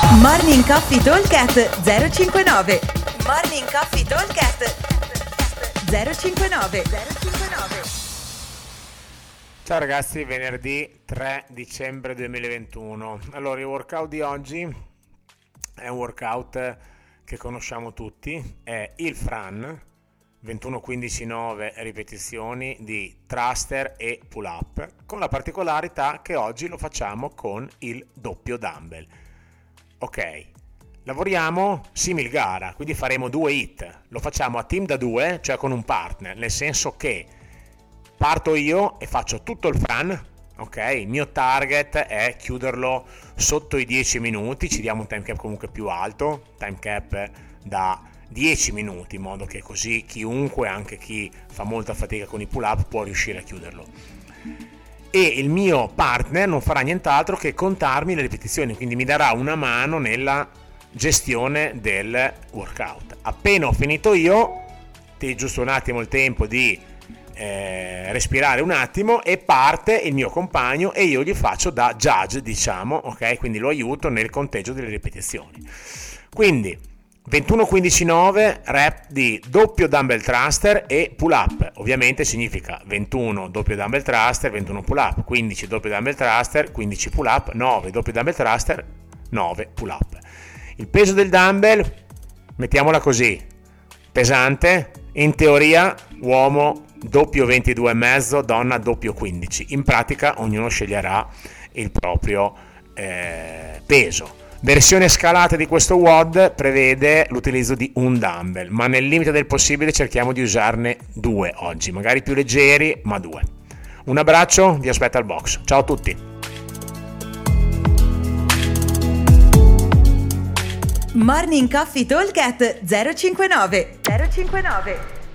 Morning Coffee Talkcast 059. Morning Coffee Talkcast 059. Ciao ragazzi, venerdì 3 dicembre 2021. Allora, il workout di oggi è un workout che conosciamo tutti, è il Fran 21-15-9 ripetizioni di thruster e pull up, con la particolarità che oggi lo facciamo con il doppio dumbbell. Ok, lavoriamo simil gara, quindi faremo 2 hit, lo facciamo a team da 2, cioè con un partner, nel senso che parto io e faccio tutto il Fran. Ok, il mio target è chiuderlo sotto i 10 minuti, ci diamo un time cap comunque più alto, time cap da 10 minuti, in modo che così chiunque, anche chi fa molta fatica con i pull up, può riuscire a chiuderlo. E il mio partner non farà nient'altro che contarmi le ripetizioni, quindi mi darà una mano nella gestione del workout. Appena ho finito io, ti giusto un attimo il tempo di respirare un attimo, e parte il mio compagno e io gli faccio da judge, diciamo, ok? Quindi lo aiuto nel conteggio delle ripetizioni. Quindi 21-15-9 rep di doppio dumbbell thruster e pull up. Ovviamente significa 21 doppio dumbbell thruster, 21 pull up, 15 doppio dumbbell thruster, 15 pull up, 9 doppio dumbbell thruster, 9 pull up. Il peso del dumbbell, mettiamola così, pesante, in teoria uomo doppio 22,5, donna doppio 15. In pratica ognuno sceglierà il proprio peso. Versione scalata di questo WOD prevede l'utilizzo di un dumbbell, ma nel limite del possibile cerchiamo di usarne 2 oggi, magari più leggeri, ma 2. Un abbraccio, vi aspetto al box. Ciao a tutti. Morning Coffee Talkcast 059.